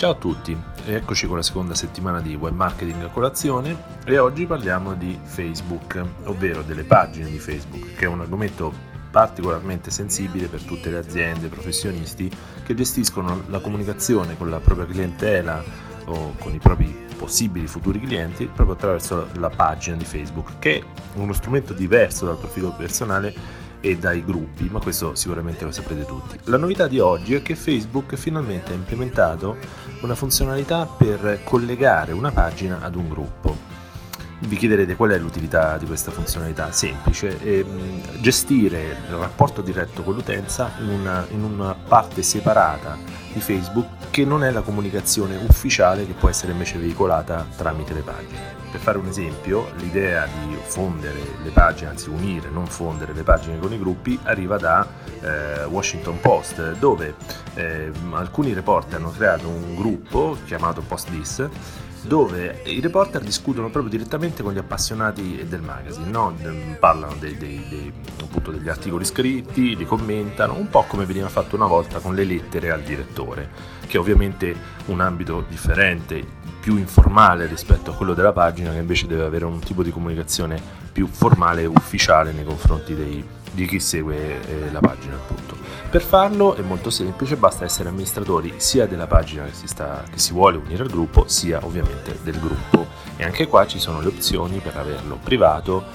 Ciao a tutti, eccoci con la seconda settimana di Web Marketing a colazione e oggi parliamo di Facebook, ovvero delle pagine di Facebook, che è un argomento particolarmente sensibile per tutte le aziende, professionisti che gestiscono la comunicazione con la propria clientela o con i propri possibili futuri clienti proprio attraverso la pagina di Facebook, che è uno strumento diverso dal profilo personale e dai gruppi, ma questo sicuramente lo saprete tutti. La novità di oggi è che Facebook finalmente ha implementato una funzionalità per collegare una pagina ad un gruppo. Vi chiederete qual è l'utilità di questa funzionalità? Semplice, gestire il rapporto diretto con l'utenza in una parte separata di Facebook che non è la comunicazione ufficiale che può essere invece veicolata tramite le pagine. Per fare un esempio, l'idea di fondere le pagine, anzi unire, non fondere le pagine con i gruppi, arriva da Washington Post, dove alcuni reporter hanno creato un gruppo chiamato PostThis, dove i reporter discutono proprio direttamente con gli appassionati del magazine, no? Parlano appunto degli articoli scritti, li commentano, un po' come veniva fatto una volta con le lettere al direttore, che è ovviamente un ambito differente, più informale rispetto a quello della pagina, che invece deve avere un tipo di comunicazione più formale e ufficiale nei confronti di chi segue la pagina, appunto. Per farlo è molto semplice, basta essere amministratori sia della pagina che si vuole unire al gruppo, sia ovviamente del gruppo, e anche qua ci sono le opzioni per averlo privato,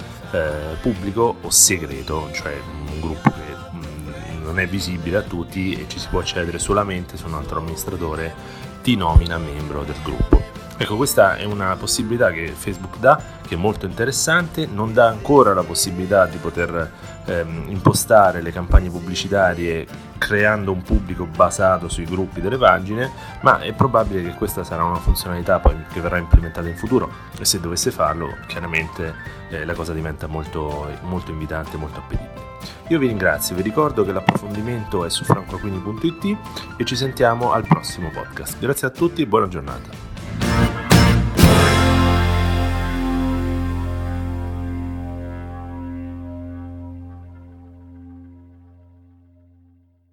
pubblico o segreto, cioè un gruppo che non è visibile a tutti e ci si può accedere solamente se un altro amministratore ti nomina membro del gruppo. Ecco, questa è una possibilità che Facebook dà, che è molto interessante. Non dà ancora la possibilità di poter impostare le campagne pubblicitarie creando un pubblico basato sui gruppi delle pagine, ma è probabile che questa sarà una funzionalità poi che verrà implementata in futuro, e se dovesse farlo chiaramente la cosa diventa molto, molto invitante, molto appetibile. Io vi ringrazio, vi ricordo che l'approfondimento è su francoaquini.it e ci sentiamo al prossimo podcast. Grazie a tutti e buona giornata.